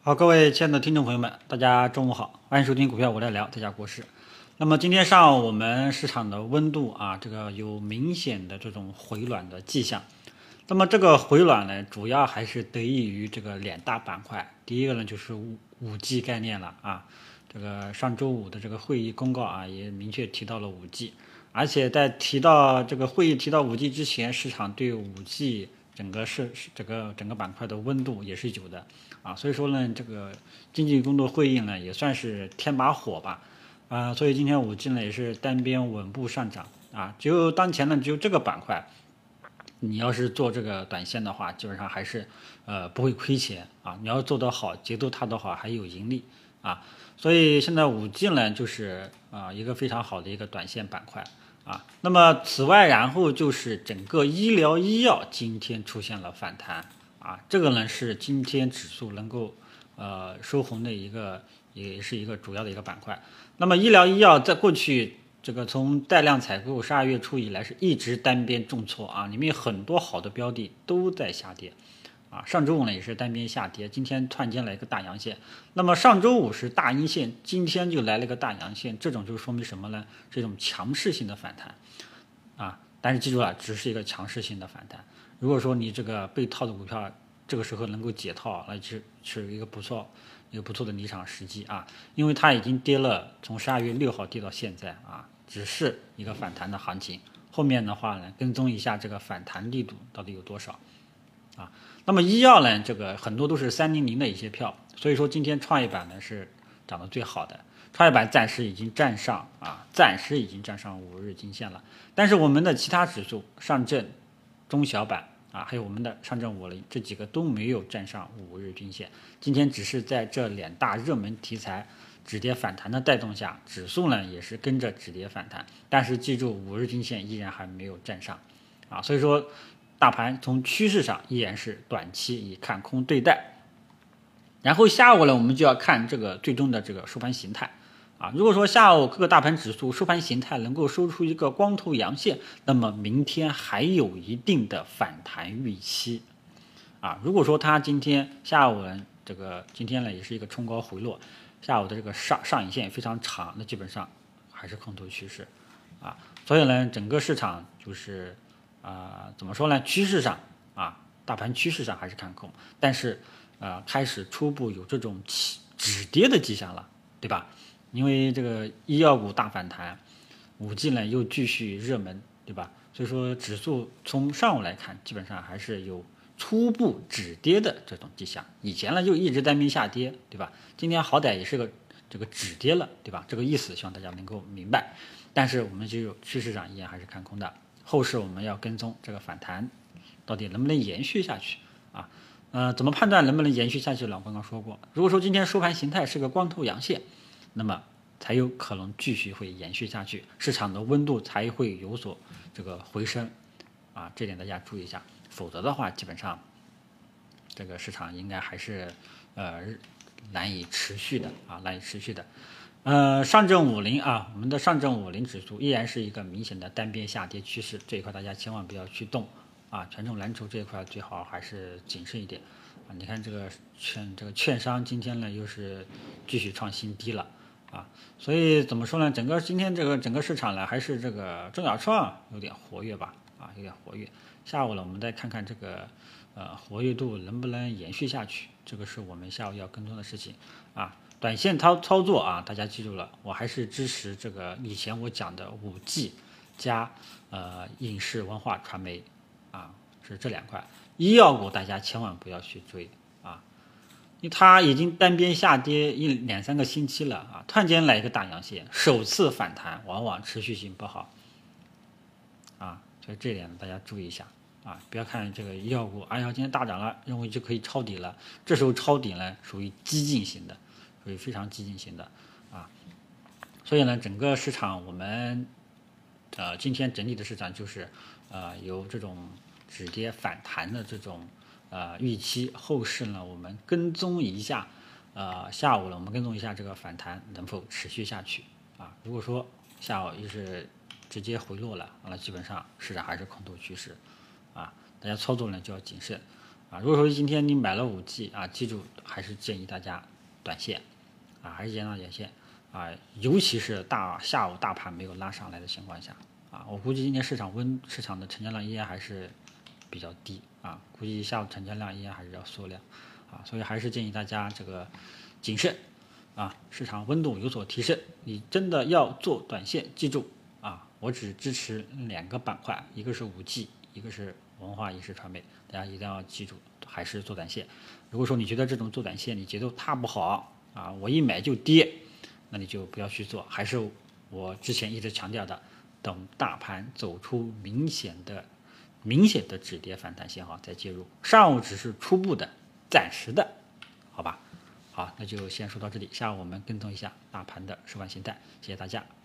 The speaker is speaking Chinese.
好，各位亲爱的听众朋友们，大家中午好，欢迎收听股票我来聊，在家国师。那么今天上午我们市场的温度这个有明显的这种回暖的迹象。那么这个回暖呢，主要还是得益于这个两大板块。第一个呢就是5G 概念了这个上周五的这个会议公告也明确提到了5G，而且在提到这个会议提到5G 之前，市场对5G整个板块的温度也是有的所以说呢，这个经济工作会议呢也算是添把火吧所以今天5G呢也是单边稳步上涨就当前呢只有这个板块，你要是做这个短线的话，基本上还是不会亏钱你要做得好，节奏踏得好，还有盈利所以现在5G呢就是一个非常好的一个短线板块那么此外，然后就是整个医疗医药今天出现了反弹这个呢是今天指数能够收红的也是一个主要的一个板块。那么医疗医药在过去这个从带量采购12月初以来是一直单边重挫里面很多好的标的都在下跌上周五呢也是单边下跌，今天突然间来一个大阳线。那么上周五是大阴线，今天就来了一个大阳线，这种就说明什么呢？这种强势性的反弹但是记住了，只是一个强势性的反弹。如果说你这个被套的股票这个时候能够解套，那是一个不错的离场时机因为它已经跌了，从12月6号跌到现在只是一个反弹的行情。后面的话呢，跟踪一下这个反弹力度到底有多少那么医药呢，这个很多都是300的一些票，所以说今天创业板呢是涨得最好的，创业板暂时已经站上5日均线了。但是我们的其他指数，上证、中小板还有我们的上证50这几个都没有站上5日均线。今天只是在这两大热门题材止跌反弹的带动下，指数呢也是跟着止跌反弹，但是记住5日均线依然还没有站上所以说大盘从趋势上依然是短期以看空对待。然后下午呢，我们就要看这个最终的这个收盘形态如果说下午各个大盘指数收盘形态能够收出一个光头阳线，那么明天还有一定的反弹预期如果说它今天下午今天呢也是一个冲高回落，下午的这个上影线非常长，那基本上还是空头趋势所以呢，整个市场就是怎么说呢？趋势上大盘趋势上还是看空，但是开始初步有这种止跌的迹象了，对吧？因为这个医药股大反弹，5G 呢又继续热门，对吧？所以说指数从上午来看，基本上还是有初步止跌的这种迹象。以前呢就一直单边下跌，对吧？今天好歹也是个这个止跌了，对吧？这个意思希望大家能够明白。但是我们就有趋势上依然还是看空的。后市我们要跟踪这个反弹到底能不能延续下去怎么判断能不能延续下去呢？我刚刚说过，如果说今天收盘形态是个光头阳线，那么才有可能继续会延续下去，市场的温度才会有所这个回升这点大家注意一下。否则的话，基本上这个市场应该还是难以持续的上证50我们的上证50指数依然是一个明显的单边下跌趋势，这一块大家千万不要去动权重蓝筹这一块最好还是谨慎一点你看这个券商今天呢又是继续创新低了所以怎么说呢？今天这个整个市场呢还是这个中小创有点活跃吧有点活跃。下午呢我们再看看这个活跃度能不能延续下去，这个是我们下午要跟踪的事情短线操作大家记住了，我还是支持这个以前我讲的5G 加影视文化传媒是这两块。医药股大家千万不要去追因为它已经单边下跌两三个星期了突然间来一个大阳线，首次反弹往往持续性不好所以这点大家注意一下不要看这个医药股今天大涨了，认为就可以抄底了，这时候抄底呢属于激进型的，属于非常激进型的所以呢整个市场我们今天整体的市场就是有这种止跌反弹的这种预期。后市呢我们跟踪一下下午呢我们跟踪一下这个反弹能否持续下去如果说下午又是直接回落了，那基本上市场还是空头趋势大家操作呢就要谨慎啊。如果说今天你买了5G 啊，记住还是建议大家短线啊，还是建议短线啊，尤其是下午大盘没有拉上来的情况下啊，我估计今天市场的成交量依然还是比较低啊，估计下午成交量依然还是要缩量啊，所以还是建议大家这个谨慎啊，市场温度有所提升，你真的要做短线，记住啊，我只支持2个板块，一个是5G，一个是文化影视传媒，大家一定要记住，还是做短线。如果说你觉得这种做短线你节奏踏不好啊，我一买就跌，那你就不要去做，还是我之前一直强调的，等大盘走出明显的止跌反弹信号再介入，上午只是初步的、暂时的，好吧？好，那就先说到这里，下午我们跟踪一下大盘的收盘形态，谢谢大家。